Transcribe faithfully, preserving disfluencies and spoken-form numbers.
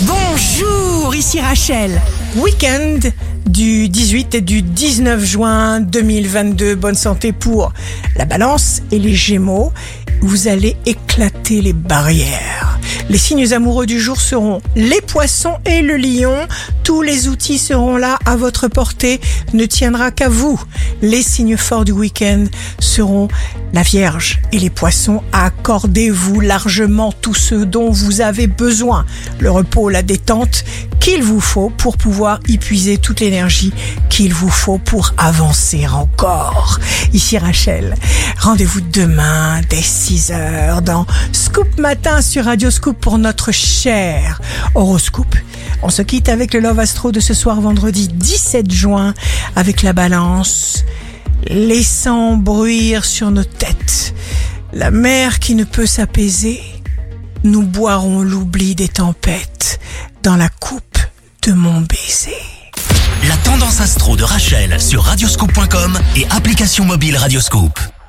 Bonjour, ici Rachel. Week-end du dix-huit et du dix-neuf juin deux mille vingt-deux. Bonne santé pour la Balance et les Gémeaux. Vous allez éclater les barrières. Les signes amoureux du jour seront les Poissons et le Lion. Tous les outils seront là à votre portée, ne tiendra qu'à vous. Les signes forts du week-end seront la Vierge et les Poissons. Accordez-vous largement tout ce dont vous avez besoin. Le repos, la détente qu'il vous faut pour pouvoir y puiser toute l'énergie qu'il vous faut pour avancer encore. Ici Rachel, rendez-vous demain dès six heures dans Scoop Matin sur Radio Scoop pour notre cher horoscope. On se quitte avec le Love Astro de ce soir vendredi dix-sept juin avec la Balance, laissant bruire sur nos têtes la mer qui ne peut s'apaiser. Nous boirons l'oubli des tempêtes dans la coupe de mon baiser. La tendance astro de Rachel sur radioscoop point com et application mobile Radioscoop.